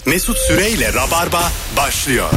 Mesut Süreyle Rabarba başlıyor.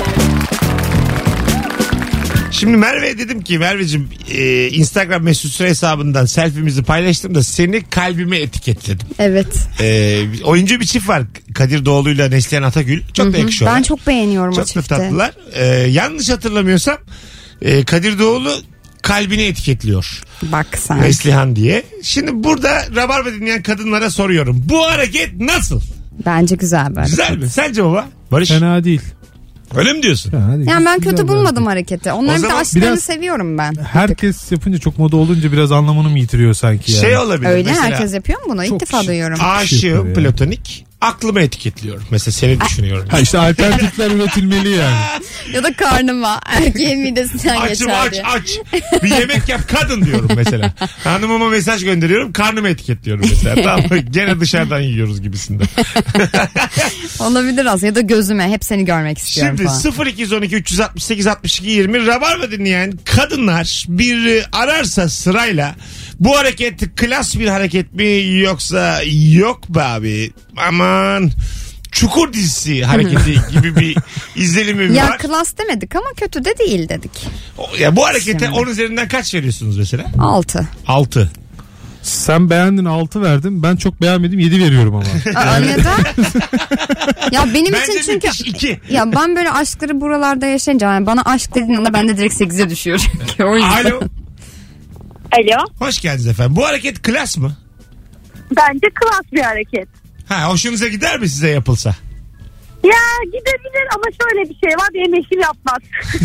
Şimdi Merve'ye dedim ki Merveciğim Instagram Mesut Süre hesabından selfie'mizi paylaştım da seni kalbime etiketledim. Evet. Oyuncu bir çift var. Kadir Doğulu'yla Neslihan Atagül. Çok da yakışıyorlar. Ben çok beğeniyorum o çifti. Çok da tatlılar. Yanlış hatırlamıyorsam Kadir Doğulu kalbine etiketliyor. Bak sen. Neslihan diye. Şimdi burada Rabarba dinleyen kadınlara soruyorum. Bu hareket nasıl? Bence güzel bir hareket. Güzel mi? Sence baba? Barış? Fena değil. Öyle mi diyorsun? Yani ben kötü bulmadım hareketi. Onların bir de aşklarını biraz seviyorum ben. Herkes yapınca çok moda olunca biraz anlamını mı yitiriyor sanki yani? Şey olabilir. Öyle mesela, herkes yapıyor mu bunu? İlk defa duyuyorum. Aşığım ya. platonik. Aklıma etiketliyorum. Mesela seni düşünüyorum. Ha işte alternatifler üretilmeli yani. Ya da karnıma. Erkeğin midesinden Açım geçer aç diye. aç. Bir yemek yap kadın diyorum mesela. Hanımıma mesaj gönderiyorum. Karnımı etiketliyorum mesela. Tamam mı? Gene dışarıdan yiyoruz gibisinden. Olabilir aslında. Ya da gözüme. Hep seni görmek istiyorum Şimdi falan. 0212 368 62 20 Rabarba dinleyen kadınlar bir ararsa sırayla bu hareket klas bir hareket mi yoksa yok be abi aman Çukur dizisi hareketi gibi bir izlenimim Ya var. klas demedik ama kötü de değil dedik. Ya bu harekete Şimdi. 10 üzerinden kaç veriyorsunuz mesela? 6. 6. Sen beğendin 6 verdim. Ben çok beğenmedim 7 veriyorum ama. Aa, neden? Ya benim Bence için çünkü müthiş 2. ya ben böyle aşkları buralarda yaşayınca yani bana aşk dediğin anda ben de direkt 8'e düşüyor. O yüzden. Alo. Alo. Hoş geldiniz efendim. Bu hareket klas mı? Bence klas bir hareket. Ha, hoşunuza gider mi size yapılsa? Ya gidebilir ama şöyle bir şey var. Benim eşim yapmaz.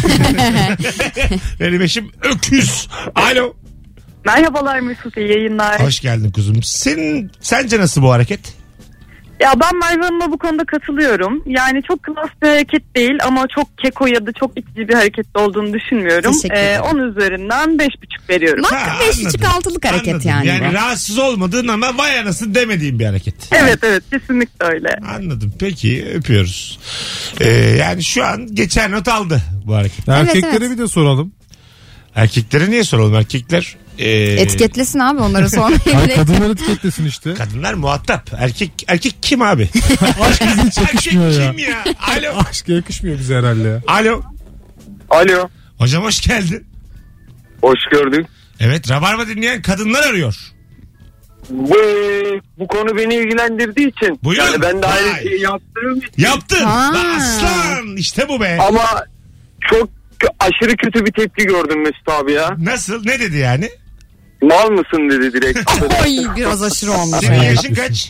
Benim eşim öküz. Alo. Merhabalar Mesut, iyi yayınlar. Hoş geldin kuzum. Sence nasıl bu hareket? Ya ben Merve Hanım'a bu konuda katılıyorum. Yani çok klas bir hareket değil ama çok keko ya da çok itici bir hareket olduğunu düşünmüyorum. Teşekkür ederim. 10 üzerinden 5,5 veriyorum. Bak Ha, 5,5-6'lık hareket anladım. yani. Yani bu. rahatsız olmadığın ama vay anasını demediğin bir hareket. Evet kesinlikle öyle. Anladım. Peki öpüyoruz. Yani şu an geçer not aldı bu hareket. Erkeklere evet. bir de soralım. Erkeklere niye soralım? Erkekler Etiketlesin abi onları sormayı Ay bile. kadınlar etiketlesin işte. kadınlar muhatap. Erkek kim abi? Aşk bize hiç Erkek yakışmıyor ya. kim ya? Alo. Aşk yakışmıyor bize herhalde ya. Alo. Alo. Hocam hoş geldin. Hoş gördük. Evet, Rabarba dinleyen kadınlar arıyor. Bu konu beni ilgilendirdiği için. Buyurun. Yani ben de aynı Vay. şeyi yaptığım için. Yaptın. Ha. Aslan. İşte bu be. Ama çok aşırı kötü bir tepki gördüm Mesut abi ya. Nasıl? Ne dedi yani? Mal mısın dedi direkt. Oy biraz aşırı olmuş. Senin yaşın kaç?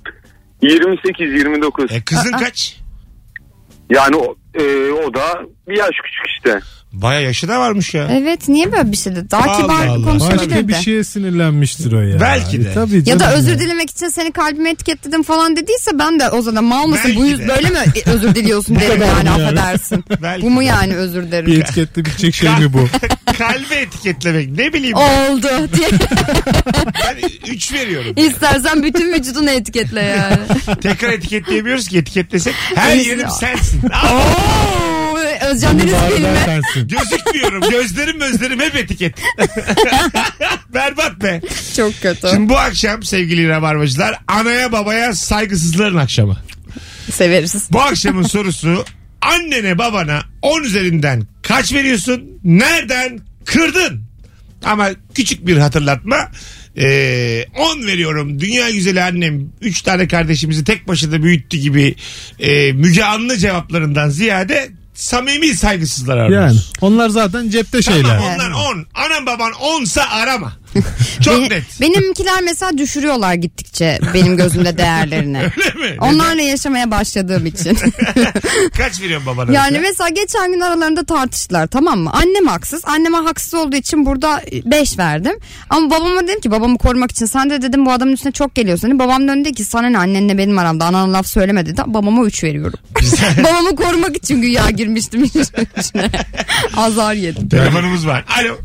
28-29. Kızın kaç? Yani o da bir yaş küçük işte. Baya yaşı da varmış ya. Evet niye böyle bir şey dedi? Daha Allah kibar Allah. Başka konuşabilirdi. bir şeye sinirlenmiştir o ya. Belki de. Tabii Ya canım da özür dilemek için seni kalbime etiketledim falan dediyse ben de o zaman mal mısın? Belki Bu yüz de. böyle mi özür diliyorsun derim yani Yani. affedersin. Belki Bu mu de. yani özür Bir derim? etiketle bitecek şey mi bu? Kalbe etiketlemek ne bileyim. Oldu diye. Ben 3 veriyorum. İstersen bütün vücudunu etiketle yani. Tekrar etiketleyemiyoruz ki, etiketlesek her Neyse yerim ya. sensin. Oo, Özcan Deniz Bağırlar filmi. sensin. Gözükmüyorum. Gözlerim hep etiket. Berbat be. Çok kötü. Şimdi bu akşam sevgili Rabarbacılar, anaya babaya saygısızların akşamı. Severiz. Bu akşamın sorusu, annene babana 10 üzerinden kaç veriyorsun? Nereden kırdın? Ama küçük bir hatırlatma. 10 veriyorum. Dünya güzeli annem 3 tane kardeşimizi tek başına büyüttü gibi Müge Anlı cevaplarından ziyade samimi saygısızlar arıyoruz. Yani onlar zaten cepte şeyler. Tamam, onlar 10. Anam baban 10'sa arama. Çok net. Benimkiler mesela düşürüyorlar gittikçe benim gözümde değerlerini. Öyle mi? Onlarla yaşamaya başladığım için. Kaç veriyorsun babana? Yani mesela geçen gün aralarında tartıştılar, tamam mı? Annem haksız. Anneme haksız olduğu için burada 5 verdim. Ama babama dedim ki, babamı korumak için sen de dedim bu adamın üstüne çok geliyorsun. Hani babam döndü ki sana ne, annenle benim aramda, anana laf söyleme dedi. Babama 3 veriyorum. Babamı korumak için güya girmiştim içine. Azar yedim. Telefonumuz var. Alo.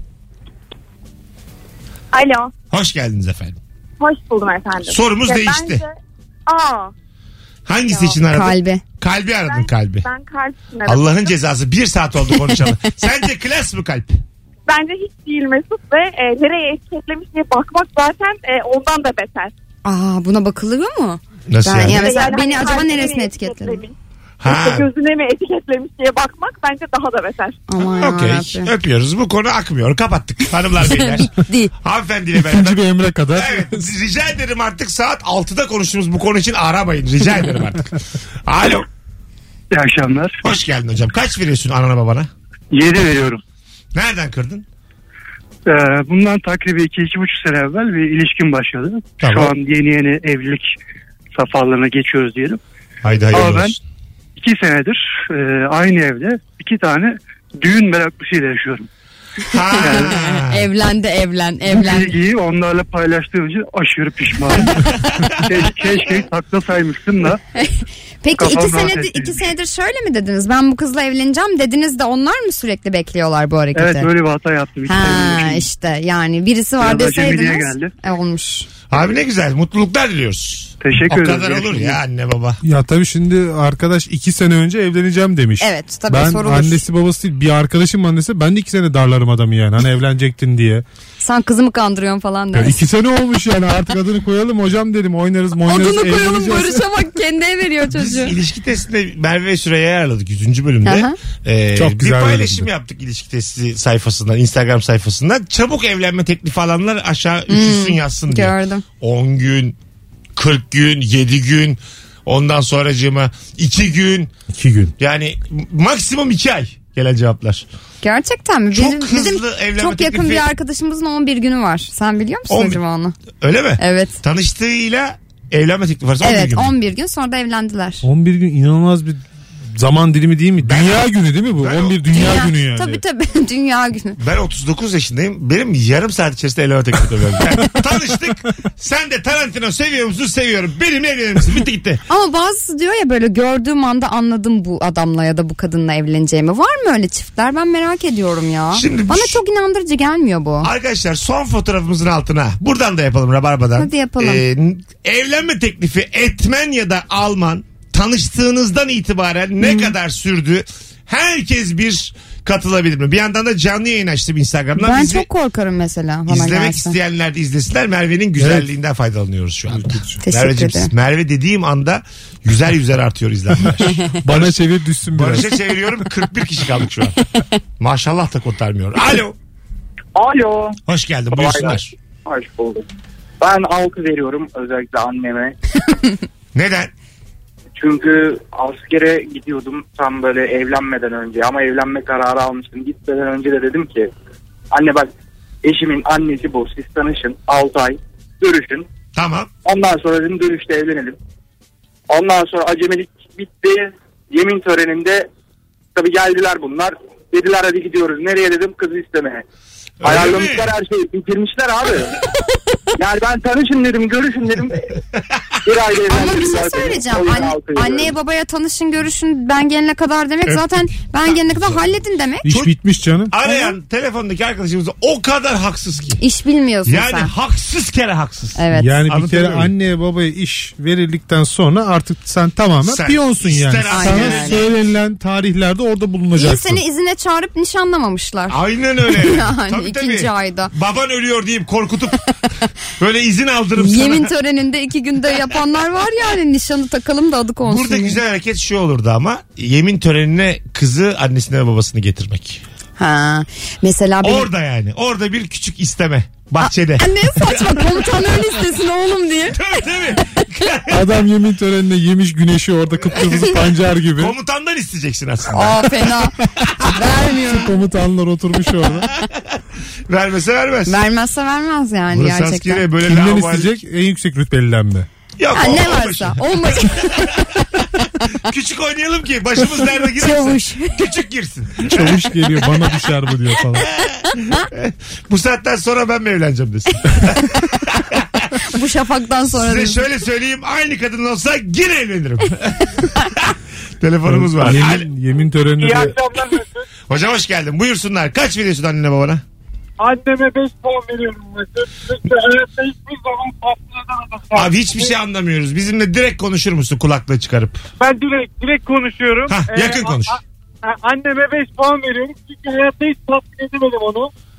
Alo. Hoş geldiniz efendim. Hoş buldum efendim. Sorumuz değişti. Bence... Hangisi için aradın? Kalbi. Kalbi aradın, kalbi. Ben kalp için aradım. Allah'ın cezası, 1 saat oldu konuşalım. Sence klas mı kalp? Bence hiç değil Mesut ve nereye etiketlemiş diye bakmak zaten ondan da beter. Aa, buna bakılıyor mu? Nasıl yani? Yani mesela Yani beni hani acaba kalbine neresine mi etiketledin? İşte Ha. gözüne mi etiketlemiş diye bakmak bence daha da beter. Aman Okey. yarabbim. Öpüyoruz. Bu konu akmıyor. Kapattık. Hanımlar beyler. Değil. Hanımefendiyle İkinci beraber. bir emre kadar. Evet. Rica ederim artık saat 6'da konuştuğumuz bu konu için aramayın. Rica ederim artık. Alo. İyi akşamlar. Hoş geldin hocam. Kaç veriyorsun anana babana? 7 veriyorum. Nereden kırdın? Bundan takribi 2-2,5 sene evvel bir ilişkim başladı. Tamam. Şu an yeni evlilik safhalarına geçiyoruz diyelim. Haydi hayırlı Ama ben olsun. 2 senedir aynı evde 2 tane düğün meraklısıyla yaşıyorum. Ha. Evlen. Bu bilgiyi onlarla paylaştığım için aşırı pişmanım. Keşke saklasaymıştım da. Peki Kafam rahat 2 etmiyor. senedir şöyle mi dediniz? Ben bu kızla evleneceğim dediniz de onlar mı sürekli bekliyorlar bu hareketi? Evet, böyle bir hata yaptım. Ha işte yani birisi var Biraz acemiliğe deseydiniz geldi. olmuş. Abi ne güzel. Mutluluklar diliyoruz. Teşekkür O ederim. kadar olur Görüşmek ya anne baba. Ya tabii şimdi arkadaş 2 sene önce evleneceğim demiş. Evet tabii Ben sorulur. annesi babası değil, bir arkadaşım annesi, ben de 2 sene darlarım adamı yani. Hani evlenecektin diye. Sen kızımı kandırıyorsun falan Ya dersin. 2 sene olmuş yani, artık adını koyalım hocam dedim, oynarız Adını koyalım, evleneceğiz. Barış'a bak kendine veriyor Biz çocuğu. ilişki testinde Merve ve Süreyya'yı ayarladık 100. bölümde. Aha. Çok Bir güzel paylaşım bölümdü. yaptık ilişki testi sayfasından, Instagram sayfasından. Çabuk evlenme teklifi alanlar aşağı üşüsün yazsın diye. Gördüm. 10 gün, 40 gün, 7 gün, ondan sonracığıma 2 gün. 2 gün. Yani maksimum 2 ay gelen cevaplar. Gerçekten mi? Çok Bizim hızlı evlenme çok yakın teklifi- bir arkadaşımızın 11 günü var. Sen biliyor musun 11 acaba onu? Öyle mi? Evet. Tanıştığıyla evlenme teklifi arasında 11 Evet gün. 11 gün sonra da evlendiler. 11 gün inanılmaz bir zaman dilimi değil mi? Dünya günü değil mi bu? Ben- 11 dünya günü yani. Tabii dünya günü. Ben 39 yaşındayım. Benim yarım saat içerisinde evlenme teklifi ediyorum. Yani tanıştık. Sen de Tarantino seviyor musun? Seviyorum. Benimle evlenir misin? Bitti gitti. Ama bazısı diyor ya böyle gördüğüm anda anladım bu adamla ya da bu kadınla evleneceğimi. Var mı öyle çiftler? Ben merak ediyorum ya. Şimdi Bana çok inandırıcı gelmiyor bu. Arkadaşlar son fotoğrafımızın altına buradan da yapalım Rabarba'dan. Hadi yapalım. Evlenme teklifi etmen ya da alman tanıştığınızdan itibaren ne kadar sürdü? Herkes bir katılabilir mi? Bir yandan da canlı yayın açtım Instagram'dan. Ben Bizi çok korkarım mesela bana izlemek gelse. isteyenler de izlesinler. Merve'nin güzelliğinden faydalanıyoruz şu anda. Teşekkür Merveciğim, ederim. Merve dediğim anda yüzer artıyor izlenmeler. Bana çevir düşsün biraz. Barış'a çeviriyorum 41 kişi kaldık şu an. Maşallah da kurtarmıyor. Alo. Alo. Hoş geldin. Kolay Buyursunlar. gelsin. Hoş bulduk. Ben 6 veriyorum özellikle anneme. Neden? Çünkü askere gidiyordum tam böyle evlenmeden önce ama evlenme kararı almıştım. Gitmeden önce de dedim ki anne bak eşimin annesi bu, siz tanışın 6 ay görüşün. Tamam. Ondan sonra dedim dönüşte evlenelim. Ondan sonra acemilik bitti. Yemin töreninde tabii geldiler bunlar. Dediler hadi gidiyoruz. Nereye dedim, kızı istemeye. Ayarlamışlar her şeyi. Bitirmişler abi. Yani ben tanışın dedim, görüşün dedim. Bir ayda evlendim. Ama bir şey zaten. söyleyeceğim. O yüzden altı veriyorum. Anneye babaya tanışın görüşün ben gelene kadar demek zaten ben gelene kadar halledin demek. İş bitmiş canım. Arayan telefondaki arkadaşımız o kadar haksız ki. İş bilmiyorsun Yani sen. haksız kere haksız. Evet. Yani bir kere Anlatabiliyor muyum? anneye babaya iş verildikten sonra artık sen tamamen Sen piyonsun yani. ister Sana aynen öyle. söylenilen tarihlerde orada İyi bulunacaksın. seni izine çağırıp nişanlamamışlar. Aynen öyle. Yani ikinci ayda. Baban ölüyor deyip korkutup böyle izin aldırıp sana. Yemin töreninde 2 günde yapanlar var yani nişanı takalım da adı konsun. Burada diye. güzel hareket şu olurdu ama yemin törenine kızı annesine ve babasını getirmek. Ha. Mesela benim... Orada yani. Orada bir küçük isteme. Bahçede. Anne saçma komutan öyle istesin oğlum diye. Tabii tabii. Adam yemin törenine yemiş güneşi orada kıpkırmızı pancar gibi. Komutandan isteyeceksin aslında. Aa fena. Vermiyor. Komutanlar oturmuş orada. Vermese vermez. Vermezse vermez yani Burası gerçekten. askeri böyle Kimden laubali- isteyecek? En yüksek rütbelinden mi? Yok, Ha, ne o varsa. başı. Olmaz. Küçük oynayalım ki başımız nerede girerse. Çavuş. Küçük girsin. Çavuş geliyor bana düşer bu diyor falan. Bu saatten sonra ben mi evleneceğim desin. Bu şafaktan sonra. Size dedim. şöyle söyleyeyim, aynı kadın olsa yine evlenirim. Telefonumuz var. Yemin törenine İyi de akşamlar Mesut. Hocam hoş geldin. Buyursunlar. Kaç veriyorsun annene babana? Anneme 5 puan veriyorum Mesut. Çünkü hayatta hiçbir zaman tatlı edemez. Abi hiçbir şey anlamıyoruz. Bizimle direkt konuşur musun kulaklığı çıkarıp? Ben direkt konuşuyorum. Hah, yakın konuş. Anneme 5 puan veriyorum. Çünkü hayatta hiç tatlı edemedim onu.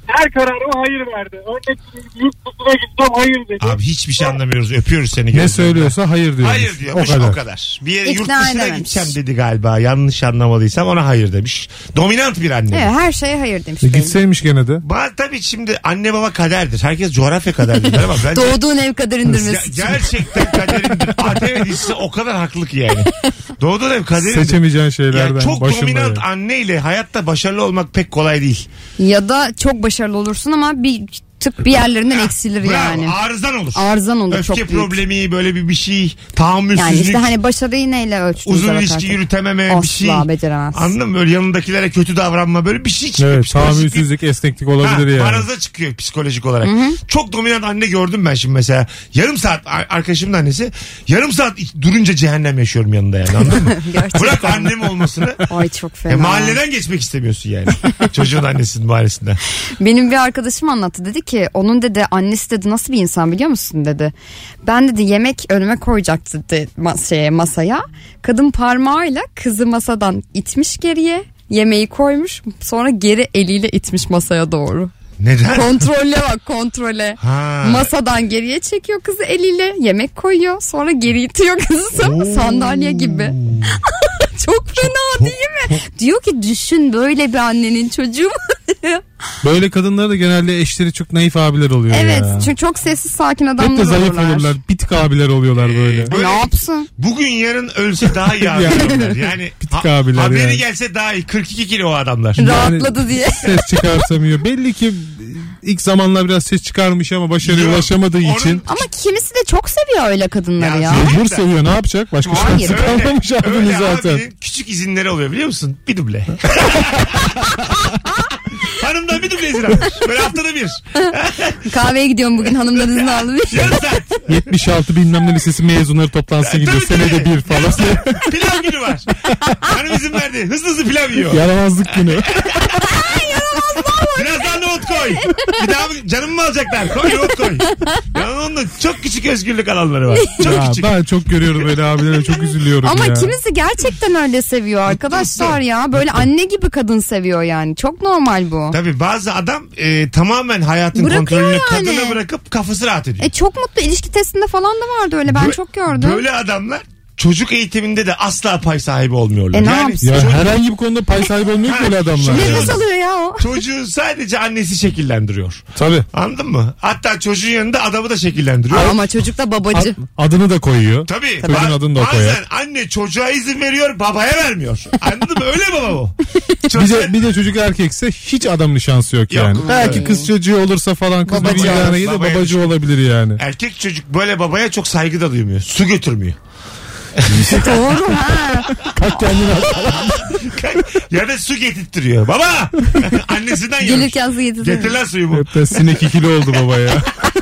her kararıma hayır verdi. Örnek yurt dışına gideceğim hayır dedi. Abi hiçbir şey anlamıyoruz. Öpüyoruz seni. Ne gözlerinden. söylüyorsa hayır diyor. Hayır diyormuş o kadar. Bir yere İkna yurt dışına edememiş. gideceğim dedi galiba. Yanlış anlamadıysam ona hayır demiş. Dominant bir anne. Evet, her şeye hayır demiş. Gitseymiş gene de. Tabii şimdi anne baba kaderdir. Herkes coğrafya kaderdir ama bence Doğduğun ev kaderindir Mesut. gerçekten kaderindir. ATV dizisi o kadar haklı ki yani. Doğduğun ev kaderindir. Seçemeyeceğin şeylerden Yani çok başında. dominant Yani. anneyle hayatta başarılı olmak pek kolay değil. Ya da çok başarılı olursun ama bir tık bir yerlerinden eksilir Bravo, yani. arızan olur. Arızan olur, Öfke çok büyük. problemi böyle bir şey. Tahammülsüzlük. Yani işte hani başarıyı neyle ölçtüğünüze uzun bakarsak. ilişki yürütememe Asla bir şey. beceremez. Anladın mı? Böyle yanındakilere kötü davranma böyle bir şey çıkıyor. Evet, Psikolojik bir- tahammülsüzlük, esneklik olabilir yani. Maraza çıkıyor psikolojik olarak. Çok dominant anne gördüm ben şimdi mesela. Yarım saat arkadaşımın annesi. Yarım saat durunca cehennem yaşıyorum yanında yani, anladın mı? Gerçekten. Bırak annem olmasını. Ay çok fena. Mahalleden geçmek istemiyorsun yani. Çocuğun annesinin mahallesinden. Benim bir arkadaşım anlattı, dedi ki onun dedi annesi dedi nasıl bir insan biliyor musun dedi. Ben dedi yemek önüme koyacaktı dedi masaya. Kadın parmağıyla kızı masadan itmiş geriye, yemeği koymuş, sonra geri eliyle itmiş masaya doğru. Neden? Kontrolle bak, kontrole. Ha. Masadan geriye çekiyor kızı eliyle, yemek koyuyor, sonra geri itiyor kızı sandalye gibi. Çok fena değil mi? Diyor ki düşün böyle bir annenin çocuğu mu? Böyle kadınlar da genelde eşleri çok naif abiler oluyor Evet, ya. çünkü çok sessiz sakin Hep adamlar de zayıf olurlar. olurlar. Bitik abiler oluyorlar böyle. Böyle Ne yapsın? bugün yarın ölse daha iyi adamlar. Yani Bitik abiler haberi yani. gelse daha iyi. 42 kilo o adamlar. Rahatladı diye. Ses çıkartamıyor. Belli ki ilk zamanlar biraz ses çıkarmış ama başarıya Yok, ulaşamadığı onun- için. Ama kimisi de çok seviyor öyle kadınları Ya, ya. Mecbur seviyor, ne yapacak? Başka Hayır. şansı kalmamış abinin öyle zaten. abinin küçük izinleri oluyor biliyor musun? Bir duble. Hanımdan bir duble izin almış. Böyle haftada bir. Kahveye gidiyorum bugün, hanımdan izin aldım. Yarım saat. 76 bilmem ne lisesi mezunları toplantısı gidiyor. Tabii, Senede tabii. bir falan. Pilav günü var. Hanım izin verdi. Hızlı hızlı pilav yiyor. Yaramazlık günü. Biraz daha nohut koy. Bir daha canımı mı alacaklar? Koy nohut koy. Yani onun çok küçük özgürlük alanları var. Çok Ya küçük. ben çok görüyorum böyle abilere, çok üzülüyorum Ama ya. kimisi gerçekten öyle seviyor arkadaşlar ya. Böyle anne gibi kadın seviyor yani. Çok normal bu. Tabii bazı adam tamamen hayatın Bırakıyor kontrolünü yani. kadına bırakıp kafası rahat ediyor. Çok mutlu, ilişki testinde falan da vardı öyle, ben Bö- çok gördüm. Böyle adamlar çocuk eğitiminde de asla pay sahibi olmuyorlar. Ne yapsın? Ya herhangi bir konuda pay sahibi olmuyor ki böyle adamlar. Şöyle- ya. Nefes alıyor ya o. Çocuğu sadece annesi şekillendiriyor. Tabii. Anladın mı? Hatta çocuğun yanında adamı da şekillendiriyor. Ama çocuk da babacı. Adını da koyuyor. Tabii. Çocuğun adını da koyar. Bazen anne çocuğa izin veriyor, babaya vermiyor. Anladın mı? Öyle baba bu. Bir de çocuk erkekse hiç adamın şansı yok yani. Yok. Belki kız çocuğu olursa falan kız Babacı. bir yana gelir, Babaya babacı düşün. olabilir yani. Erkek çocuk böyle babaya çok saygı da duymuyor. Su götürmüyor. Doğru ha. Kalk kendini al. Ya da su getirttiriyor. Baba! Annesinden yemiş. Gelirken su getirdim. Getir lan suyu bu. Hep de sinek ikili oldu baba ya.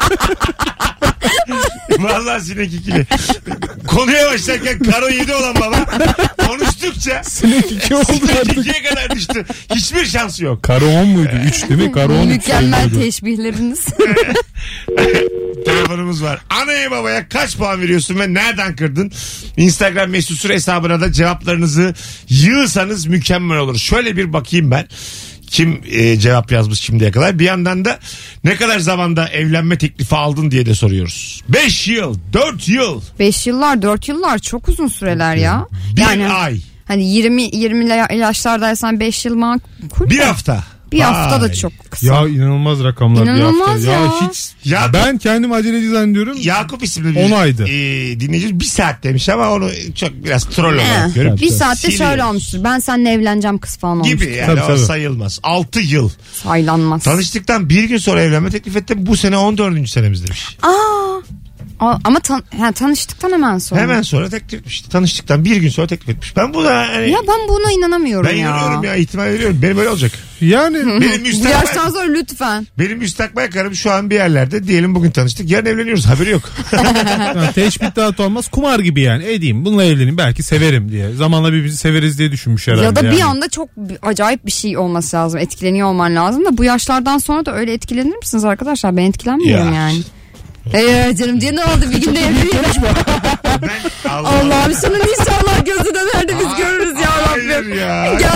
Vallahi sinek ikili. Konuya başlarken karo 7 olan baba konuştukça Sinek iki oldu sinek artık. 2'ye kadar düştü. Hiçbir şansı yok. Karo 10 muydu? 3 değil mi? Karo 10 Mükemmel teşbihleriniz. Telefonumuz var. Anaya babaya kaç puan veriyorsun ve nereden kırdın? Instagram mesut süre hesabına da cevaplarınızı yığırsanız mükemmel olur. Şöyle bir bakayım ben. Kim cevap yazmış şimdiye kadar. Bir yandan da ne kadar zamanda evlenme teklifi aldın diye de soruyoruz. 5 yıl, 4 yıl, 5 yıllar 4 yıllar çok uzun süreler ya. 1 ay, Hani 20 yaşlardaysan 5 yıl makul. 1 da. hafta. Bir hafta da Vay. çok kısa. Ya inanılmaz rakamlar İnanılmaz bir hafta. ya. Hiç. Ya Ben kendim aceleci zannediyorum. Yakup isimli bir 10 aydı. Dinleyicimiz 1 saat demiş ama onu çok biraz troll olarak görüp Bir saatte siliyoruz. şöyle olmuştur. Ben seninle evleneceğim kız falan olmuştur. Gibi yani Tabii, o tabii. sayılmaz. 6 yıl. Saylanmaz. Tanıştıktan bir gün sonra evlenme teklif ettim. Bu sene 14. senemiz demiş. Ama tanıştıktan hemen sonra. Hemen sonra teklif etmiş. Tanıştıktan bir gün sonra teklif etmiş. Ben buna hani, Ya ben buna inanamıyorum ben ya. inanıyorum ya, ihtimal veriyorum. Benim öyle olacak. Yani Benim Bu yaştan müstakbel, sonra lütfen. benim müstakbel karım şu an bir yerlerde. Diyelim bugün tanıştık. Yarın evleniyoruz. Haberi yok. yani teşbih dağıtı olmaz. Kumar gibi yani. Edeyim bununla evleneyim belki severim diye. Zamanla birbirimizi severiz diye düşünmüş herhalde. Ya da yani. bir anda çok acayip bir şey olması lazım. Etkileniyor olman lazım da bu yaşlardan sonra da öyle etkilenir misiniz arkadaşlar? Ben etkilenmiyorum Ya. yani. Canım diye ne oldu bir günde evleniyormuş mu? Ben Allah'ım şunun inşallah gözü döner de biz görürüz ya Hayır Rabbim. ya. Gel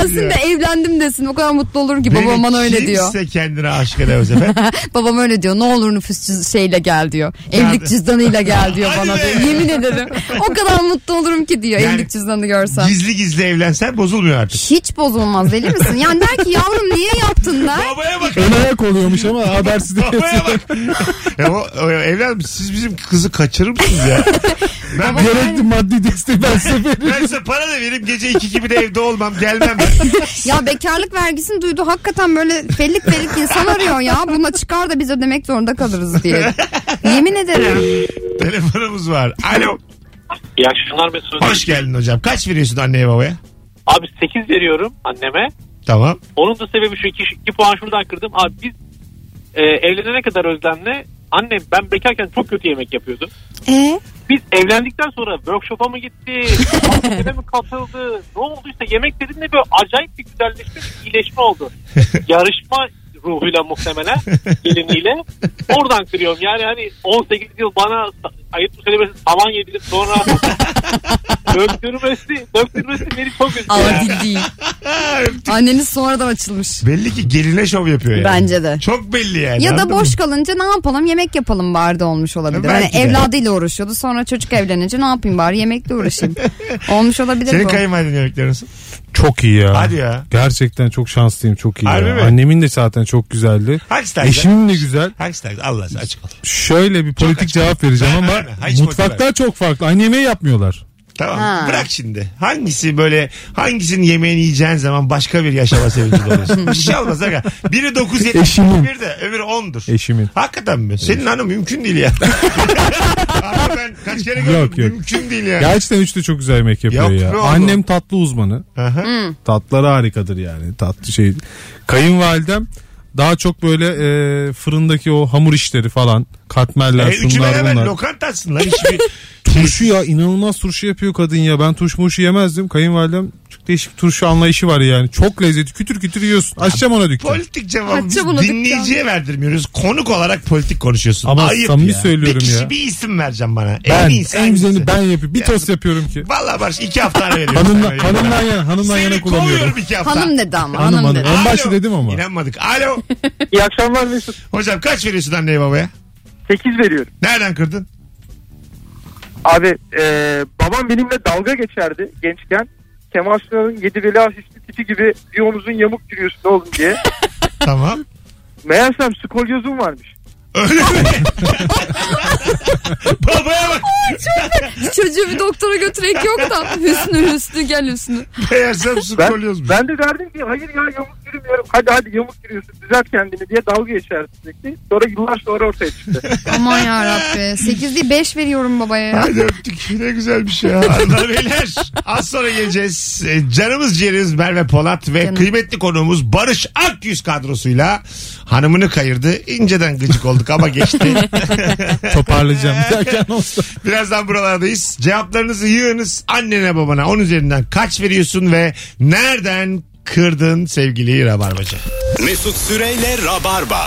Evlensin de evlendim desin. O kadar mutlu olurum ki babam bana öyle diyor. Kimse kendine aşık edemez efendim. Babam öyle diyor. Ne olur nüfus şeyle gel diyor. Evlilik cüzdanıyla gel diyor Hadi bana be. diyor. Yemin ederim. O kadar mutlu olurum ki diyor Yani evlilik cüzdanını görsem. Gizli gizli evlensen bozulmuyor artık. Hiç bozulmaz deli misin? Yani der ki yavrum niye yaptın der. Babaya bak. Ön ayak oluyormuş ama habersiz de. Babaya bak. Evladım siz bizim kızı kaçırır mısınız ya? Ben Gerekli maddi desteği ben size veririm. ben size para da vereyim gece 2 gibi de evde olmam gelmem ben. Ya bekarlık vergisini duydu. Hakikaten böyle fellik insan arıyor ya. Buna çıkar da biz ödemek zorunda kalırız diye. Yemin ederim. Telefonumuz var. Alo. İyi akşamlar Mesut. Hoş geldin hocam. Kaç veriyorsun anneye babaya? Abi 8 veriyorum anneme. Tamam. Onun da sebebi şu 2 puan şuradan kırdım. Abi biz evlenene kadar Özlem'le annem ben bekarken çok kötü yemek yapıyordu. Biz evlendikten sonra workshop'a mı gitti? Mahkemede mi katıldı? Ne olduysa yemeklerinde böyle acayip bir güzelleşme, bir iyileşme oldu. Yarışma ruhuyla muhtemelen geliniyle. Oradan kırıyorum. Yani hani 18 yıl bana ayıp söylemesi saman yedirip sonra döktürmesi beni çok üzüldü. Adil değil. Anneniz sonradan açılmış. Belli ki geline şov yapıyor yani. Bence de. Çok belli yani. Ya da anladın boş mı? kalınca ne yapalım yemek yapalım bari de olmuş olabilir. Hani Belki de. evladıyla uğraşıyordu sonra çocuk evlenince ne yapayım bari yemekle uğraşayım. Olmuş olabilir Senin bu. kayınvaliden yemekleri nasıl? Çok iyi ya. Hadi ya. Gerçekten çok şanslıyım, çok iyi Harbi ya. mi? Annemin de zaten çok güzeldi. Hangisi daha güzel? Eşimin de güzel. Hangisi daha güzel? Allah aşkına açık ol. Şöyle bir politik açık. cevap vereceğim ama Aynen, hiç mutfaklar çok farklı. Aynı yemeği yapmıyorlar. Tamam. Ha. Bırak şimdi. Hangisinin yemeğini yiyeceğin zaman başka bir yaşama sevinci oluyorsun. Bir şey olmaz. Aga. Biri 9.71 Eşimin. de öbürü 10'dur. Eşimin. Hakikaten mi? Senin hanım mümkün değil ya. Ama ben kaç kere gördüm. Yok. Mümkün değil ya. Gerçekten üçü de çok güzel yemek yapıyor Yok ya. be oğlum. Annem tatlı uzmanı. Aha. Tatlıları harikadır yani. Tatlı şey. Kayınvalidem daha çok böyle fırındaki o hamur işleri falan. Katmerler, Üçü şunlar beraber bunlar. lokantasın lan. Hiçbir... Turşu ya, inanılmaz turşu yapıyor kadın ya. Ben turşu yemezdim. Kayınvalidem çok değişik turşu anlayışı var yani. Çok lezzetli. Kütür kütür yiyorsun. Açacağım ona dükkan. Politik cevabı biz Açacağım onu dinleyiciye verdirmiyoruz. Konuk olarak politik konuşuyorsun. Ama Ayıp samimi ya. söylüyorum bir kişi ya. bir isim vereceğim bana. Ben iyisi en hangisi? güzelini ben yapıyorum. Bir Ya. tost yapıyorum ki. Vallahi Barış 2 hafta ara veriyorum. sana. Hanımdan Seni yana kullanıyorum. kovuyorum 2 hafta. Hanım dedi ama Hanım. hanım dedi. En başta Alo. dedim ama. İnanmadık. Alo. İyi akşamlar Mesut. Hocam kaç veriyorsun anneye babaya? 8 veriyorum. Nereden kırdın? Abi babam benimle dalga geçerdi gençken. Kemal Sunal'ın 7 bela asistli tipi gibi bir omuzun yamuk yürüyorsun oğlum diye. Tamam. Meğersem skolyozum varmış. Öyle mi? Babaya bak. Çocuğu bir doktora götürek yok da. Hüsnü gel Hüsnü. Meğersem skolyoz. Ben de derdim ki hayır ya yamuk yürümüyorum. Hadi yamuk yürüyorsun düzelt kendini diye dalga geçerdi sürekli. Sonra yıllar sonra ortaya çıktı. Aman yarabbi. 8 değil 5 veriyorum babaya ya. Hadi öptük. Ne güzel bir şey ya. Hanımlar beyler. Az sonra geleceğiz. Canımız ciğerimiz Merve Polat ve Canım. kıymetli konuğumuz Barış Akyüz kadrosuyla hanımını kayırdı. İnceden gıcık olduk ama geçti. Toparlayacağım derken olsa. Birazdan buralardayız. Cevaplarınızı yığınız. Annene babana 10 üzerinden kaç veriyorsun ve nereden kırdın sevgili Rabarbacı? Mesut Süreyle Rabarba.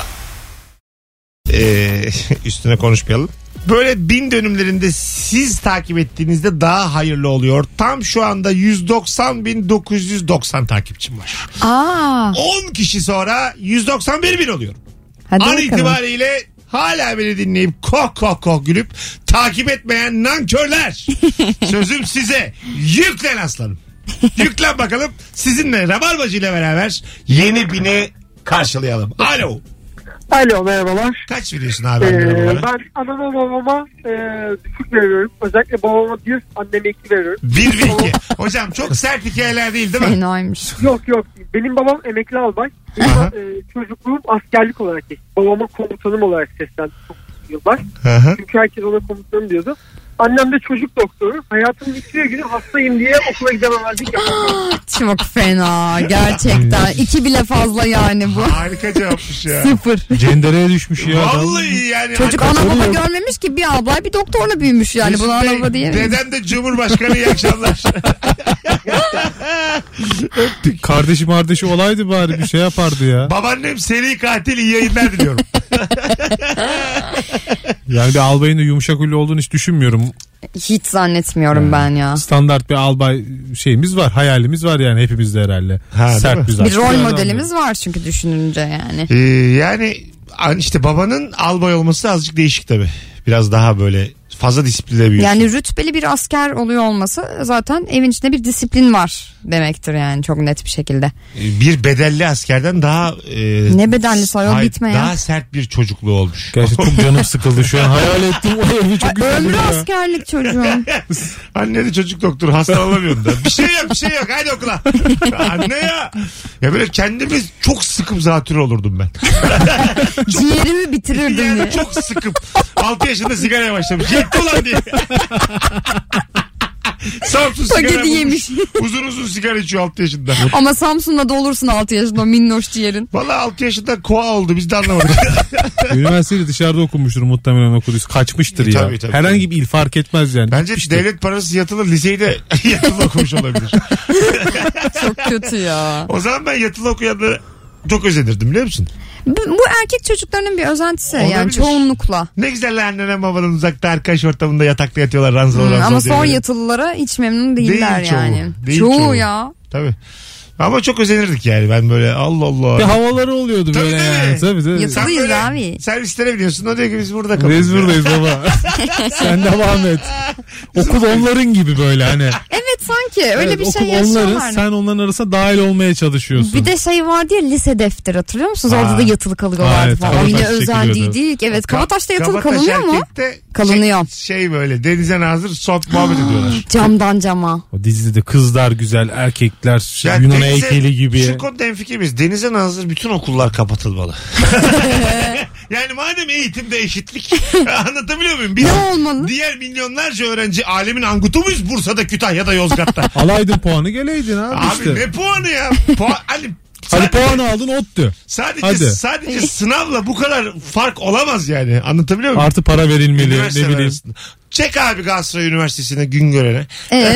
Üstüne konuşmayalım. Böyle 1000 dönümlerinde siz takip ettiğinizde daha hayırlı oluyor. Tam şu anda 190.990 takipçim var. 10 kişi sonra 191.000 oluyor. Hadi An bakalım. itibariyle hala beni dinleyip koh gülüp takip etmeyen nankörler. Sözüm size. Yüklen aslanım. Yüklen bakalım. Sizinle Rabarbacı ile beraber yeni bini karşılayalım. Alo. Alo merhabalar. Kaç veriyorsun abi annene babana? Ben anama babama düşük veriyorum. Özellikle babama 1, anneme 2 veriyorum. 1 ve 2. Hocam çok sert hikayeler değil mi? Fenaymış. Yok. Benim babam emekli albay. Benim Aha. çocukluğum askerlik olarak geçti. Babama komutanım olarak seslendi çok yıllar. Hı hı. Çünkü herkes ona komutanım diyordu. Annem de çocuk doktoru. Hayatımın hiçbir günü hastayım diye okula gidememezlik yapamadım. Çok fena gerçekten. 2 bile fazla yani bu. Harika cevapmış ya. 0. Cendereye düşmüş ya. adam. Vallahi yani. Çocuk hakikaten- ana baba görmemiş ki bir abla bir doktorla büyümüş yani. Mesut Buna Bey, ana baba diyemeyiz. Dedem de Cumhurbaşkanı, iyi akşamlar. Kardeşi olaydı bari bir şey yapardı ya. Babaannem seri katil, iyi yayınlar diliyorum. Yani bir albayın da yumuşak huylu olduğunu hiç düşünmüyorum. Hiç zannetmiyorum ben ya. Standart bir albay şeyimiz var. Hayalimiz var yani hepimizde herhalde. Ha, Sert Bir rol modelimiz var çünkü düşününce yani. Yani işte babanın albay olması azıcık değişik tabii. Biraz daha böyle fazla disipline büyüyorsun. Yani rütbeli bir asker oluyor olması zaten evin içinde bir disiplin var demektir yani çok net bir şekilde. Bir bedelli askerden daha ne bedelli sayıyor bitme ya. Daha sert bir çocukluğu olmuş. Gerçekten çok canım sıkıldı şu an. Hayal ettim o evi çok güzel. Ömrü askerlik çocuğum. Anne de çocuk doktoru, hastalanamıyorum da. Bir şey yok hadi okula. Anne ya. Ya böyle kendimi çok sıkıp zatürre olurdum ben. Ciğerimi bitirirdim Yani diye. çok sıkıp 6 yaşında sigaraya başlamış. Yetti ulan diye. Samsun sigara Paketi yemiş. Uzun sigara içiyor 6 yaşında. Ama Samsun'da da olursun 6 yaşında o minnoş ciğerin. Valla 6 yaşında koa oldu, biz de anlamadık. Üniversitede dışarıda okumuştur muhtemelen okuduysa. Kaçmıştır ya. Tabii. Herhangi bir il fark etmez yani. Bence Gitmiştir. devlet parası yatılı liseyi de yatılı okumuş olabilir. Çok kötü ya. O zaman ben yatılı okuyanları çok özenirdim biliyor musun? Bu erkek çocuklarının bir özentisi Olabilir. yani çoğunlukla. Ne güzel annene babanın uzakta arkadaş ortamında yatakta yatıyorlar ranzol Ama son diye. yatılılara hiç memnun değiller Değil çoğu. yani. Değil çoğu çoğu. ya. Tabii. Ama çok özenirdik yani, ben böyle Allah Allah. Bir havaları oluyordu Tabii, böyle tabii. yani. Tabii. Yatılıyız böyle abi. servislere biniyorsun, o diyor ki biz burada kalıyoruz. Biz buradayız baba. Sen devam et. Okul onların gibi böyle hani. Evet sanki öyle Evet, bir şey okul onların, yaşıyorlar. sen onların arasına dahil olmaya çalışıyorsun. Bir de şey vardı ya, lise defteri hatırlıyor musunuz? Aa. Orada da yatılı kalıyorlardı Evet, falan. Kabataş Yine çekiliyordu. özendiydik. Evet, Kabataş'ta yatılı Kabataş kalınıyor mu? erkekte Kalınıyor. Şey böyle denize nazır sohbet muhabbet ediyorlar. Camdan cama. O dizide kızlar güzel, erkekler Ya Yunan denize- heykeli gibi. Şu konuda hemfikiriz. Denize nazır bütün okullar kapatılmalı. Yani madem eğitimde eşitlik, anlatabiliyor muyum? Biz Ne olmalı? diğer milyonlarca öğrenci alemin angutu muyuz Bursa'da, Kütahya'da, Yozgat'ta? Alaydın puanı geleydin abi, Abi işte. ne puanı ya? Hadi sadece, puanı aldın ODTÜ. sadece sınavla bu kadar fark olamaz yani. Anlatabiliyor muyum? Artı para verilmeli, ne Üniversiteler bileyim. arasında. Çek abi Galatasaray Üniversitesi'ne Güngören'e.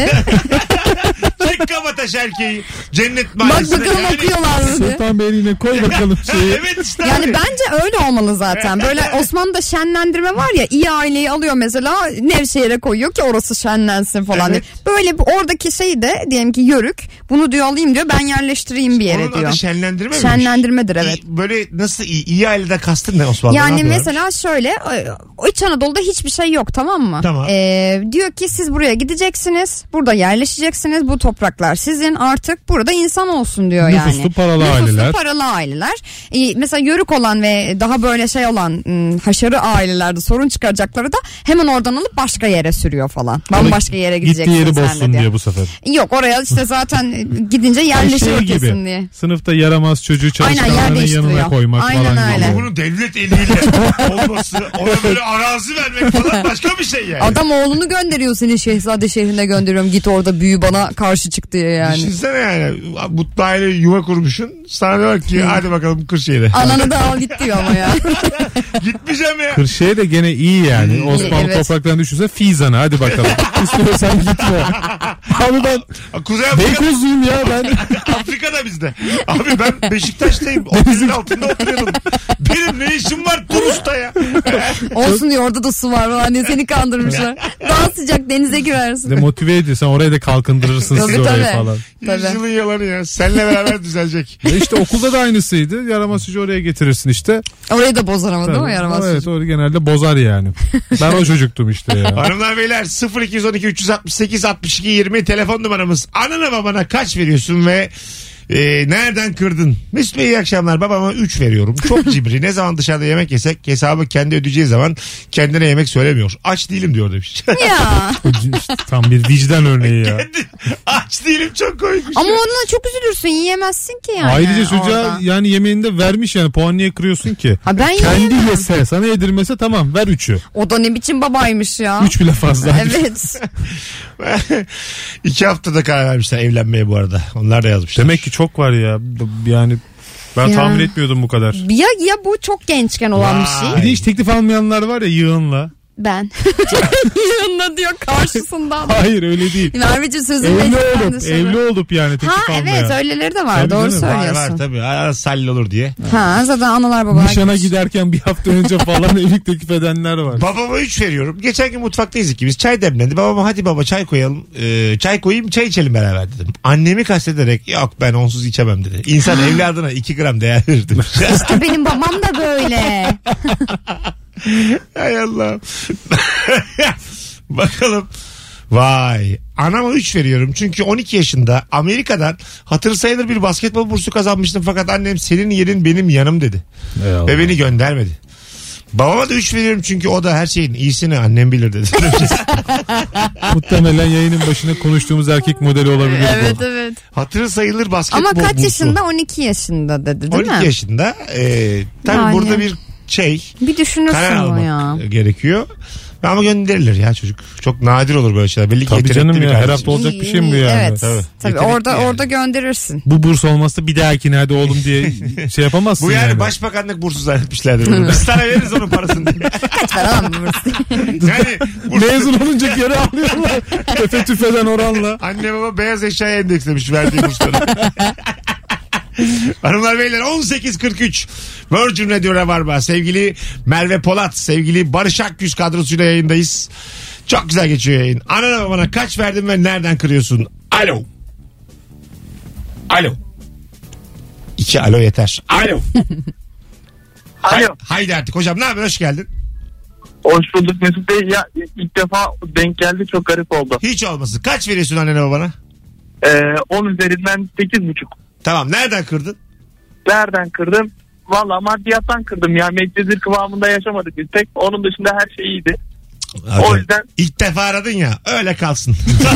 Çek Kabataş erkeği Cennet Bak Mahallesi'ne. bakalım okuyorlar mı diye. Sultan Beyliğine koy bakalım şeyi. Evet işte Yani abi. bence öyle olmalı zaten. Böyle Osmanlı'da şenlendirme var ya, iyi aileyi alıyor mesela Nevşehir'e koyuyor ki orası şenlensin falan Evet. diye. Böyle oradaki şeyi de diyelim ki Yörük bunu diyor alayım diyor, ben yerleştireyim bir yere Onun diyor. adı şenlendirme mi? Şenlendirmedir evet. Böyle nasıl iyi ailede kastın ne Osmanlı'da? Yani ne yapıyorlar? mesela şöyle İç Anadolu'da hiçbir şey yok, tamam mı? Tamam. Diyor ki siz buraya gideceksiniz, burada yerleşeceksiniz, bu topraklar sizin, artık burada insan olsun diyor yani. Nüfuslu paralı aileler. Paralı aileler. Mesela Yörük olan ve daha böyle şey olan haşarı ailelerde sorun çıkaracakları da hemen oradan alıp başka yere sürüyor falan. Bambaşka yere gideceksin Gittiği yeri sen de bozsun diye bu sefer. Yok, oraya işte zaten gidince yerleşiyor Şey kesin gibi. diye. Sınıfta yaramaz çocuğu Aynen, yer çalışkanların değiştiriyor. yanına koymak Aynen falan öyle. gibi. Ama bunun devlet eliyle olması, ona böyle arazi vermek falan başka bir şey yani. Adam oğlunu gönderiyor, seni Şehzade şehrine gönderiyorum, git orada büyü bana karşı çık diye yani. Düşünsene yani mutlu aile yuva kurmuşsun. Sana diyor ki hadi bakalım Kırşehir'e. Ananı da al git diyor ama ya. Gitmeyeceğim ya. Kırşehir de gene iyi yani. Osmanlı evet. topraklarını düşünse Fizan'a hadi bakalım. İstiyorsan gitme. Abi ben Kuzey Afrika, Beykozluyum ya ben. Afrika'da bizde. Abi ben Beşiktaş'tayım. Otelin altında oturuyordum. Benim ne işim var Tunus'ta ya? Olsun diyor, orada da su var falan diye seni kandırmışlar. Daha sıcak denize girersin. De motive ediyorsan oraya da kalkındırırsın Tabii, siz orayı tabii. falan. Tabii. Yüzyılın yalanı ya. Seninle beraber düzelecek. İşte okulda da aynısıydı. Yaramaz çocuğu oraya getirirsin işte. Orayı da bozar ama değil mi Tabii. yaramaz Evet, çocuk? o genelde bozar yani. Ben o çocuktum işte ya. Hanımlar beyler 0212 368 62 20 telefon numaramız. Anana babana kaç veriyorsun ve nereden kırdın? Mesut Bey iyi akşamlar. Babama 3 veriyorum. Çok cimri. Ne zaman dışarıda yemek yesek hesabı kendi ödeyeceği zaman kendine yemek söylemiyor. Aç değilim diyor demiş. Ya. İşte tam bir vicdan örneği ya. Aç değilim, çok koymuş. Ama onunla çok üzülürsün, yiyemezsin ki yani. Ayrıca çocuğa orada. yani yemeğini de vermiş yani, puan niye kırıyorsun ki? Ha, ben Kendi yiyemem. yese sana yedirmese tamam ver 3'ü. O da ne biçim babaymış ya. 3 bile fazla. Evet. 2 haftada karar vermişler evlenmeye bu arada. Onlar da yazmışlar. Demek ki çok var ya. Yani ben Ya. tahmin etmiyordum bu kadar. Ya bu çok gençken olan bir Vay. şey. Bir de hiç teklif almayanlar var ya yığınla. Ben. Yanına diyor karşısından. Hayır öyle değil. Merveciğim sözün Evli olup yani teklif Ha almaya. evet öyleleri de var. Tabii Doğru canım. söylüyorsun. Var tabii. Arası salli olur diye. Ha zaten analar babalar. Nişana giderken bir hafta önce falan evlilik teklif edenler var. Babama 3 veriyorum. Geçen gün mutfaktayız ikimiz. Çay demlendi. Babama hadi baba çay koyalım. Çay koyayım çay içelim beraber dedim. Annemi kastederek yok ben onsuz içemem dedi. İnsan evladına 2 gram değer verir demiş. İşte benim babam da böyle. Hay Allah. Bakalım. Vay. Anama 3 veriyorum. Çünkü 12 yaşında Amerika'dan hatır sayılır bir basketbol bursu kazanmıştım. Fakat annem senin yerin benim yanım dedi. Eyvallah. Ve beni göndermedi. Babama da 3 veriyorum çünkü o da her şeyin iyisini annem bilir dedi. Muhtemelen yayının başında konuştuğumuz erkek modeli olabilir. Evet evet. Hatırı sayılır basketbol Ama kaç bursu. yaşında? 12 yaşında dedi değil 12 mi? yaşında. Tabii Yani. burada bir Bir düşünürsün karar o almak ya. gerekiyor. Ama gönderilir ya çocuk. Çok nadir olur böyle şeyler. Belli ki Tabii yetenekli canım bir ya, her kardeşim. hafta olacak bir şey mi bu yani? Evet. Tabii. Tabii Yetenekli orada yani. orada gönderirsin. Bu burs olmazsa bir dahakine hadi oğlum diye şey yapamazsın Bu yani yani. başbakanlık bursu zannetmişlerdir bunu. Biz sana veririz onun parasını. Kaç para lan bu burs? Yani Mezun olunca geri alıyorlar. Tefe tüfeden oranla. anne baba beyaz eşyaya endekslemiş verdiği bursları. Hanımlar beyler 18.43 Virgin Radio Rabarba. Sevgili Merve Polat, sevgili Barış Akgüz kadrosuyla yayındayız. Çok güzel geçiyor yayın. Anana babana kaç verdin ve nereden kırıyorsun? Alo. Alo. 2 alo yeter. Alo. Alo. Haydi artık hocam ne haber, hoş geldin. Hoş bulduk Mesut Bey. Ya ilk defa denk geldi, çok garip oldu. Hiç olmasın. Kaç veriyorsun annene babana? 10 üzerinden 8,5. Tamam, nereden kırdın? Nereden kırdım? Valla maddiyattan kırdım ya. Medcezir kıvamında yaşamadık biz pek. Onun dışında her şey iyiydi. O yüzden İlk defa aradın ya, öyle kalsın.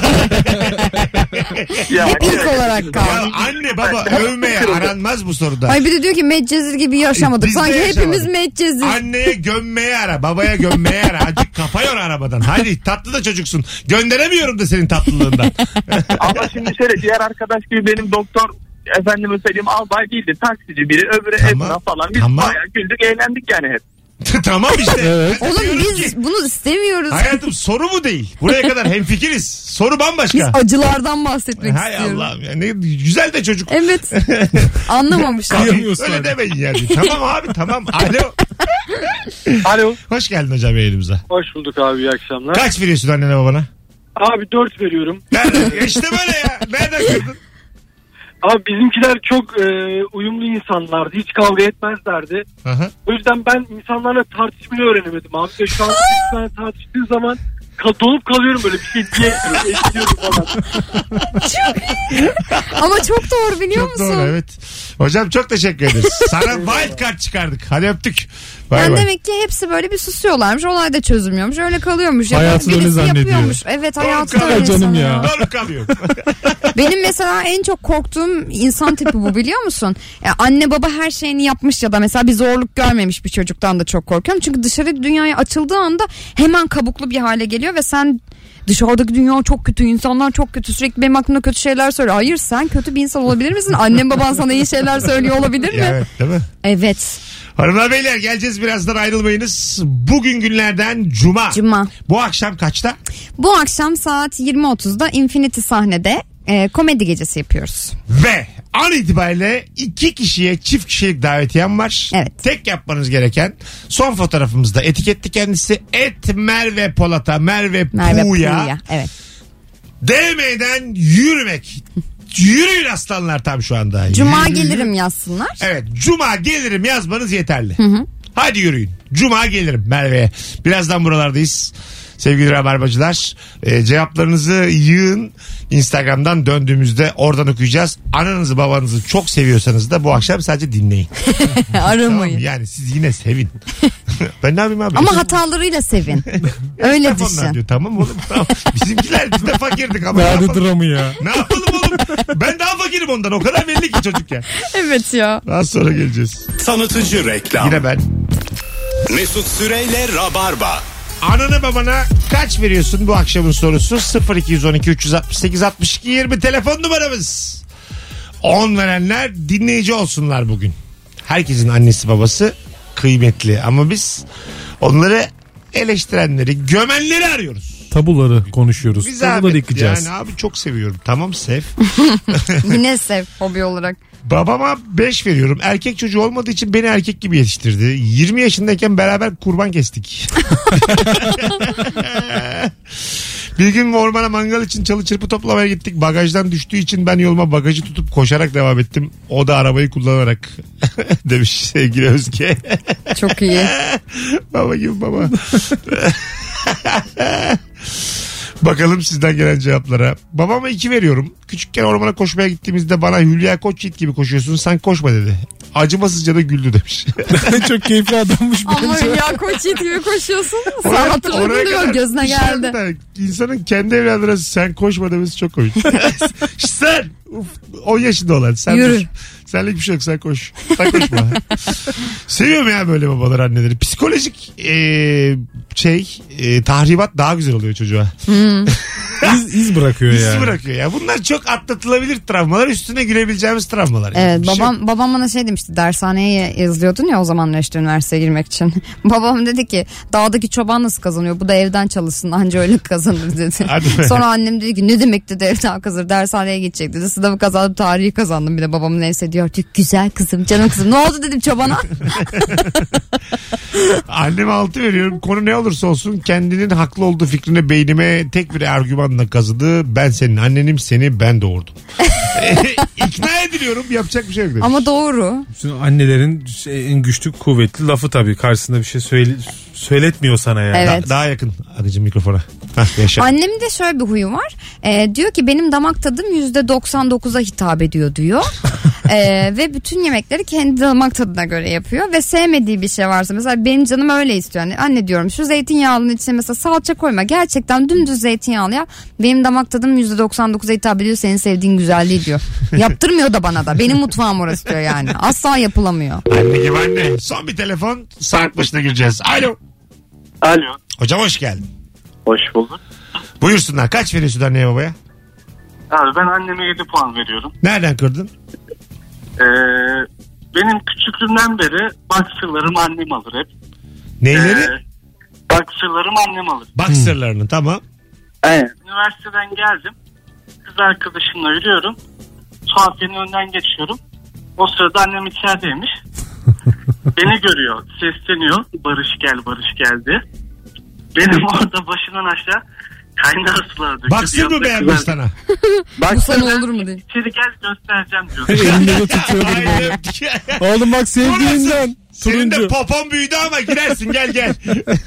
ya, Hep ilk olarak Ya kaldı. anne baba övmeye aranmaz bu soruda. Ay bir de diyor ki Medcezir gibi yaşamadık. Biz de Sanki yaşamadık. hepimiz Medcezir. Anneye gömmeye ara, babaya gömmeye ara. Azıcık kafa yor arabadan. Hadi tatlı da çocuksun. Gönderemiyorum da senin tatlılığından. ama şimdi şöyle, diğer arkadaş gibi benim doktor, efendime söyleyeyim, albay değildi. Taksici biri, öbürü Tamam, esnaf falan. Biz tamam. bayağı güldük, eğlendik yani hep. Tamam işte. Evet. Ben de Oğlum diyorum biz ki, bunu istemiyoruz. hayatım soru bu değil. Buraya kadar hemfikiriz. Soru bambaşka. Biz acılardan bahsetmek Hay istiyoruz. Allah'ım ya, ne güzel de çocuk. Evet. Anlamamışlar. Kıyamıyorsun Öyle hani. demeyin yani. Tamam abi tamam. Alo. Alo. Hoş geldin hocam yayınımıza. Hoş bulduk abi, iyi akşamlar. Kaç veriyorsun annene babana? Abi 4 veriyorum. Nereden? İşte böyle ya. Nereden kırdın? Abi bizimkiler çok uyumlu insanlardı. Hiç kavga etmezlerdi. Aha. O yüzden ben insanlarla tartışmayı öğrenemedim abi. Ve şu an insanlarla tartıştığı zaman donup kalıyorum, böyle bir şey diyemiyorum. Eşliyorum falan. Ama çok doğru biliyor Çok musun? doğru evet. Hocam çok teşekkür ederiz. Sana wild card çıkardık. Hadi öptük. Bay Yani bay. demek ki hepsi böyle bir susuyorlarmış. Olay da çözülmüyormuş. Öyle kalıyormuş. Ya da Hayatı öyle birisi zannediyor. yapıyormuş. Evet hayatı da Doğru öyle canım sanıyor. ya. Doğru kalıyor. Benim mesela en çok korktuğum insan tipi bu, biliyor musun? Anne baba her şeyini yapmış ya da mesela bir zorluk görmemiş bir çocuktan da çok korkuyorum. Çünkü dışarı dünyaya açıldığı anda hemen kabuklu bir hale geliyor ve sen dışarıdaki dünya çok kötü, insanlar çok kötü, sürekli benim aklımda kötü şeyler söylüyor. Hayır, sen kötü bir insan olabilir misin? Annem baban sana iyi şeyler söylüyor olabilir mi? Evet değil mi? Evet. Hanımlar beyler geleceğiz, birazdan ayrılmayınız. Bugün günlerden Cuma. Cuma. Bu akşam kaçta? Bu akşam saat 20.30'da Infinity sahnede komedi gecesi yapıyoruz. Ve an itibariyle 2 kişiye çift kişilik davetiyem var. Evet. Tek yapmanız gereken son fotoğrafımızda etiketli kendisi @Merve Polat'a, Merve Pu'ya Pu'ya. Evet. DM'den yürümek. Yürüyün aslanlar tam şu anda. Cuma Yürüyün. gelirim yazsınlar. Evet, Cuma gelirim yazmanız yeterli. Hadi yürüyün. Cuma gelirim Merve'ye. Birazdan buralardayız. Sevgili Rabarbacılar, cevaplarınızı yığın. Instagram'dan döndüğümüzde oradan okuyacağız. Ananızı babanızı çok seviyorsanız da bu akşam sadece dinleyin. Aramayın. Tamam, yani siz yine sevin. Ben ne yapayım abi? Ama hatalarıyla sevin. Öyle Telefonla düşün. diyor. Tamam oğlum. Tamam. Bizimkiler biz de fakirdik ama. Ne Verdi yapalım? dramı ya. Ne yapalım oğlum? Ben daha fakirim ondan. O kadar belli ki çocuk ya. Evet ya. Az sonra geleceğiz. Tanıtıcı reklam. Yine ben. Mesut Süreyle Rabarba. Anana babana kaç veriyorsun bu akşamın sorusu? 0212 368 62 20 telefon numaramız. 10 verenler dinleyici olsunlar bugün. Herkesin annesi babası kıymetli ama biz onları eleştirenleri, gömenleri arıyoruz. Tabuları konuşuyoruz. Biz Tabuları yıkacağız. Yani abi çok seviyorum. Tamam sev. Yine sev hobi olarak. Babama 5 veriyorum. Erkek çocuğu olmadığı için beni erkek gibi yetiştirdi. 20 yaşındayken beraber kurban kestik. Bir gün ormana mangal için çalı çırpı toplamaya gittik. Bagajdan düştüğü için ben yoluma bagajı tutup koşarak devam ettim. O da arabayı kullanarak demiş sevgili Özge. Çok iyi. Baba gibi baba. Bakalım sizden gelen cevaplara. Babama 2 veriyorum. Küçükken ormana koşmaya gittiğimizde bana Hülya Koçyiğit gibi koşuyorsun, sen koşma dedi. Acımasızca da güldü demiş. Çok keyifli adammış Ama bence. ya Koçyiğit gibi koşuyorsun. Sen hatırladın diyor, gözüne geldi. İnsanın kendi evladına sen koşma demesi çok komik. Sen 10 yaşında olan sen yürü. Koş. Senlik bir şey yok, sen koş. Sen koşma. Seviyorum ya böyle babalar, anneleri. Psikolojik tahribat daha güzel oluyor çocuğa. İz bırakıyor yani. İz bırakıyor ya. Bunlar çok atlatılabilir travmalar, üstüne gülebileceğimiz travmalar. Yani. Evet, babam bana şey demişti, dershaneye yazılıyordun ya o zamanlar işte üniversiteye girmek için. Babam dedi ki dağdaki çoban nasıl kazanıyor, bu da evden çalışsın anca öyle kazanır dedi. Sonra annem dedi ki ne demek dedi evden kazanır, dershaneye gidecek dedi. Sınavı kazandım, tarihi kazandım, bir de babamın en sevdiği artık güzel kızım, canım kızım. Ne oldu dedim çobana. Anneme 6 veriyorum. Konu ne olursa olsun kendinin haklı olduğu fikrine beynime tek bir argümanla kazıdı. Ben senin annenim, seni ben doğurdum. İkna ediliyorum, yapacak bir şey yok demiş. Ama doğru. Bütün annelerin en güçlü kuvvetli lafı tabii, karşısında bir şey söyletmiyor sana yani. Evet. Daha yakın Agıcım mikrofona. Yaşa. Annemin de şöyle bir huyu var. Diyor ki benim damak tadım %99'a hitap ediyor diyor. Ve bütün yemekleri kendi damak tadına göre yapıyor. Ve sevmediği bir şey varsa mesela benim canım öyle istiyor. Yani anne diyorum şu zeytinyağlının içine mesela salça koyma. Gerçekten dümdüz zeytinyağlı yap. Benim damak tadım %99'a hitap ediyor. Senin sevdiğin güzelliği diyor. Yaptırmıyor da bana da. Benim mutfağım orası diyor yani. Asla yapılamıyor. Anne gibi anne. Son bir telefon, saat başına gireceğiz. Alo. Alo. Hocam hoş geldin. Hoş bulduk. Buyursunlar. Kaç veriyorsun anneye babaya? Abi ben anneme 7 puan veriyorum. Nereden kırdın? Benim küçüklüğümden beri boxerlarım annem alır hep. Neyleri? Boxerlarım annem alır. Boxerlarını tamam. Evet. Üniversiteden geldim. Kız arkadaşımla yürüyorum. Tuhafiyenin önünden geçiyorum. O sırada annem içerideymiş. Beni görüyor. Sesleniyor. Barış gel, Barış gel diye. Benim orada başından aşağı kaynağı sular döküyor. Boxer mı beğenmiş sana? Bu sana olur mu diye. İçeri gel göstereceğim diyor. Elinde de tutuyordur böyle. Oğlum bak sevdiğinden. Senin de Turuncu. popon büyüdü ama girersin, gel.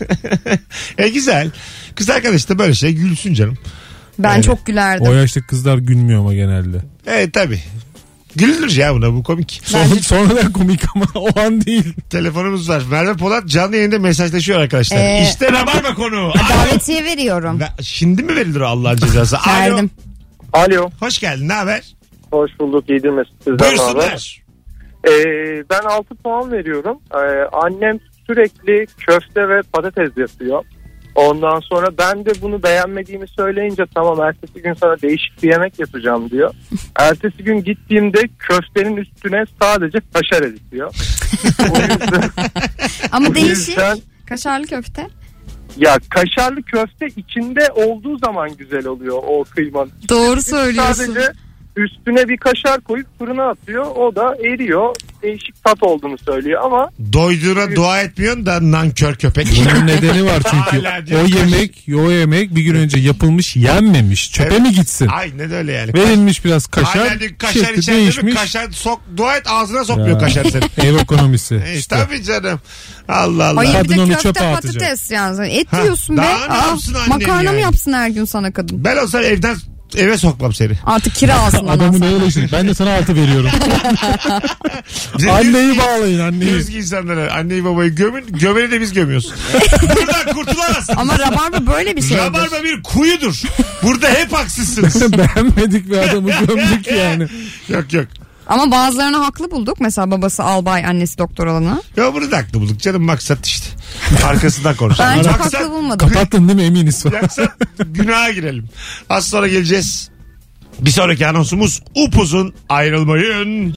Güzel. Kız arkadaş da böyle şey gülsün canım. Ben çok gülerdim. O yaşta kızlar gülmüyor ama genelde. Evet tabii. Gülünür ya buna, bu komik. Sonradan komik ama o an değil. Telefonumuz var. Merve Polat canlı yayında mesajlaşıyor arkadaşlar. İşte Rabarba konu. Davetiye veriyorum. Şimdi mi verilir Allah'ın cezası? Verdim. Alo. Hoş geldin, ne haber? Hoş bulduk, iyidir Mesut. Sizden Buyursunlar. Ben 6 puan veriyorum. Annem sürekli köfte ve patates yapıyor. Ondan sonra ben de bunu beğenmediğimi söyleyince tamam ertesi gün sana değişik bir yemek yapacağım diyor. Ertesi gün gittiğimde köftenin üstüne sadece kaşar eritiyor. O yüzden, Ama o değişik. yüzden, Kaşarlı köfte. ya kaşarlı köfte içinde olduğu zaman güzel oluyor o kıymanın. Doğru söylüyorsun. Sadece üstüne bir kaşar koyup fırına atıyor. O da eriyor. Değişik tat olduğunu söylüyor ama Doyduğuna dua etmiyorsun da nankör köpek. Bunun nedeni var çünkü. Hala diyor, o yemek bir gün önce yapılmış, yenmemiş. Çöpe mi gitsin? Aynen öyle yani. Verilmiş biraz kaşar. Hala diyor, kaşar şekli içeride mi? değişmiş. Kaşar dua et, ağzına sokmuyor Ya. kaşar seni. Ev ekonomisi. İşte. Tabii canım. Allah Allah. Hayır bir Kadın de onu köfte çöpe atacak. patates yani. Et Ha, yiyorsun be. daha ne yapsın annen makarna yani? mı yapsın her gün sana kadın? Ben olsam eve sokmam seni. Artık kira alsın ondan Adamın sonra. öyle şey. Ben de sana 6 veriyorum. Anneyi bağlayın, anneyi. Diyoruz ki insanlara anneyi babayı gömün. Gömeni de biz gömüyoruz. Buradan kurtulamazsınız. Ama rabarba böyle bir şeydir. Rabarba bir kuyudur. Burada hep haksızsınız. Beğenmedik bir adamı gömdük yani. Yok. Ama bazılarını haklı bulduk. Mesela babası albay, annesi doktor olanı. Ya bunu da haklı bulduk canım, maksat işte. Arkasından konuşalım. Ben çok Maksat- haklı bulmadım. Kapattın değil mi, eminiz? Maksat günaha girelim. Az sonra geleceğiz. Bir sonraki anonsumuz upuzun, ayrılmayın.